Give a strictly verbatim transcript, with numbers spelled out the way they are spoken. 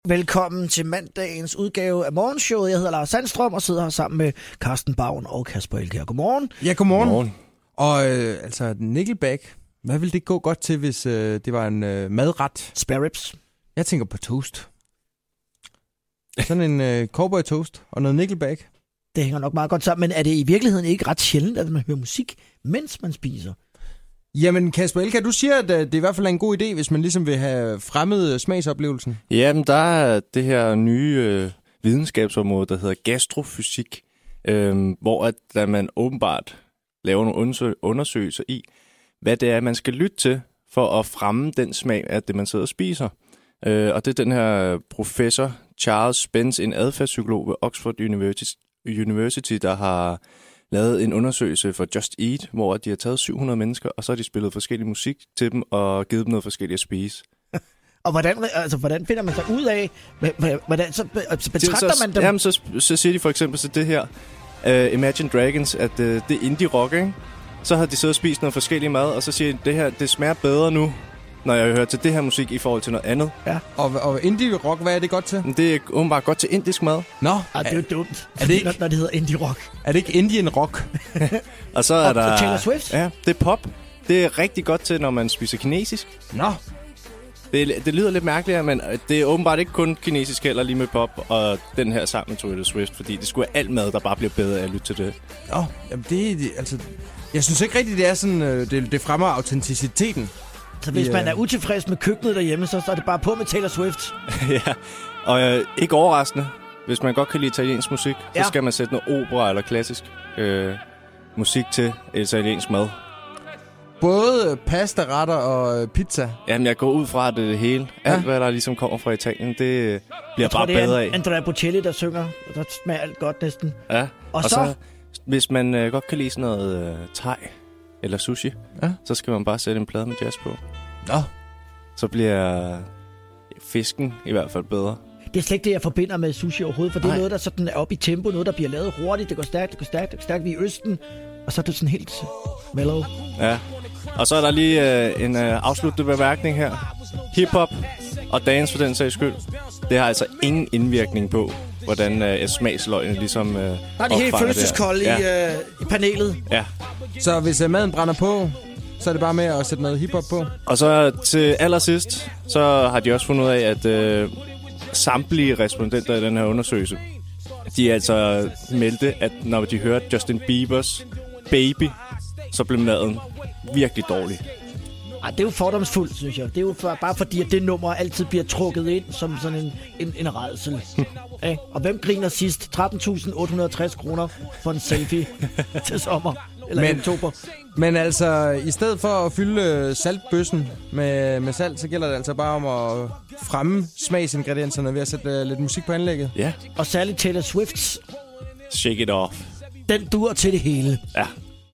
Velkommen til mandagens udgave af Morgenshowet. Jeg hedder Lars Sandstrøm og sidder her sammen med Carsten Baun og Kasper Elkjær. Godmorgen. Ja, godmorgen. godmorgen. Og øh, altså, Nickelback, hvad ville det gå godt til, hvis øh, det var en øh, madret? Spare ribs. Jeg tænker på toast. Sådan en øh, cowboy toast og noget Nickelback. Det hænger nok meget godt sammen, men er det i virkeligheden ikke ret sjældent, at man hører musik, mens man spiser? Jamen, Kasper Elkjær, du siger, at det i hvert fald er en god idé, hvis man ligesom vil have fremmet smagsoplevelsen. Jamen, der er det her nye øh, videnskabsområde, der hedder gastrofysik, øh, hvor at, der man åbenbart laver nogle undersøg- undersøgelser i, hvad det er, man skal lytte til for at fremme den smag af det, man sidder og spiser. Øh, og det er den her professor Charles Spence, en adfærdspsykolog ved Oxford University, University, der har lavet en undersøgelse for Just Eat, hvor de har taget syv hundrede mennesker, og så har de spillet forskellig musik til dem og givet dem noget forskelligt at spise. Og hvordan, altså, hvordan finder man sig ud af, hvordan, så betragter så, man dem? Jamen, så, så siger de for eksempel så det her, uh, Imagine Dragons, at uh, det er indie-rock, ikke? Så har de siddet og spist noget forskellig mad, og så siger de, det her, det smager bedre nu, når jeg hører til det her musik i forhold til noget andet. Ja. Og, og indie-rock, hvad er det godt til? Det er åbenbart godt til indisk mad. Nå. Ah, det er jo dumt, er det ikke, når, når det hedder indie-rock. Er det ikke Indian-rock? Og så er og der... Taylor Swift? Ja, det er pop. Det er rigtig godt til, når man spiser kinesisk. Nå. Det, det lyder lidt mærkeligt, men det er åbenbart ikke kun kinesisk heller lige med pop og den her sang med Taylor Swift, fordi det skulle være alt mad, der bare bliver bedre af at lytte til det. Nå, jamen det, det altså... Jeg synes ikke rigtigt, det er sådan... Det, det fremmer autenticiteten. Så hvis yeah. man er utilfreds med køkkenet derhjemme, så er det bare på med Taylor Swift. Ja, og øh, ikke overraskende. Hvis man godt kan lide italiensk musik, ja. så skal man sætte noget opera eller klassisk øh, musik til italiensk mad. Både pastaretter og pizza? Jamen, jeg går ud fra, at det er det hele. Alt, ja. hvad der ligesom kommer fra Italien, det bliver jeg bare tror, det bedre af. det er Andrea Bocelli, der synger, og der smager alt godt næsten. Ja, og, og så, så, hvis man øh, godt kan lide sådan noget øh, thai eller sushi, ja. så skal man bare sætte en plade med jazz på. Nå. Så bliver fisken i hvert fald bedre. Det er slet ikke det, jeg forbinder med sushi overhovedet, for det er Nej. noget, der sådan er oppe i tempo, noget, der bliver lavet hurtigt, det går stærkt, det går stærkt, det går stærkt, vi er i Østen, og så er det sådan helt mellow. Ja, og så er der lige øh, en øh, afsluttende bemærkning her. Hip-hop og dance for den sags skyld, det har altså ingen indvirkning på, hvordan øh, smagsløgene ligesom øh, Nej, de er helt følelseskolde i, øh, i panelet. Ja. Så hvis øh, maden brænder på, så er det bare med at sætte noget hiphop på. Og så til allersidst, så har de også fundet ud af, at øh, samtlige respondenter i den her undersøgelse, de altså meldte, at når de hørte Justin Biebers Baby, så blev maden virkelig dårlig. Ej, det er jo fordomsfuldt, synes jeg. Det er jo for, bare fordi, at det nummer altid bliver trukket ind som sådan en, en, en rædsel. Ja. Og hvem griner sidst? tretten tusind otte hundrede og tres kroner for en selfie til sommer. Eller men, oktober. Men altså, i stedet for at fylde saltbøssen med, med salt, så gælder det altså bare om at fremme smagsingredienserne ved at sætte uh, lidt musik på anlægget. Ja. Og særligt Taylor Swifts Shake It Off. Den dur til det hele. Ja.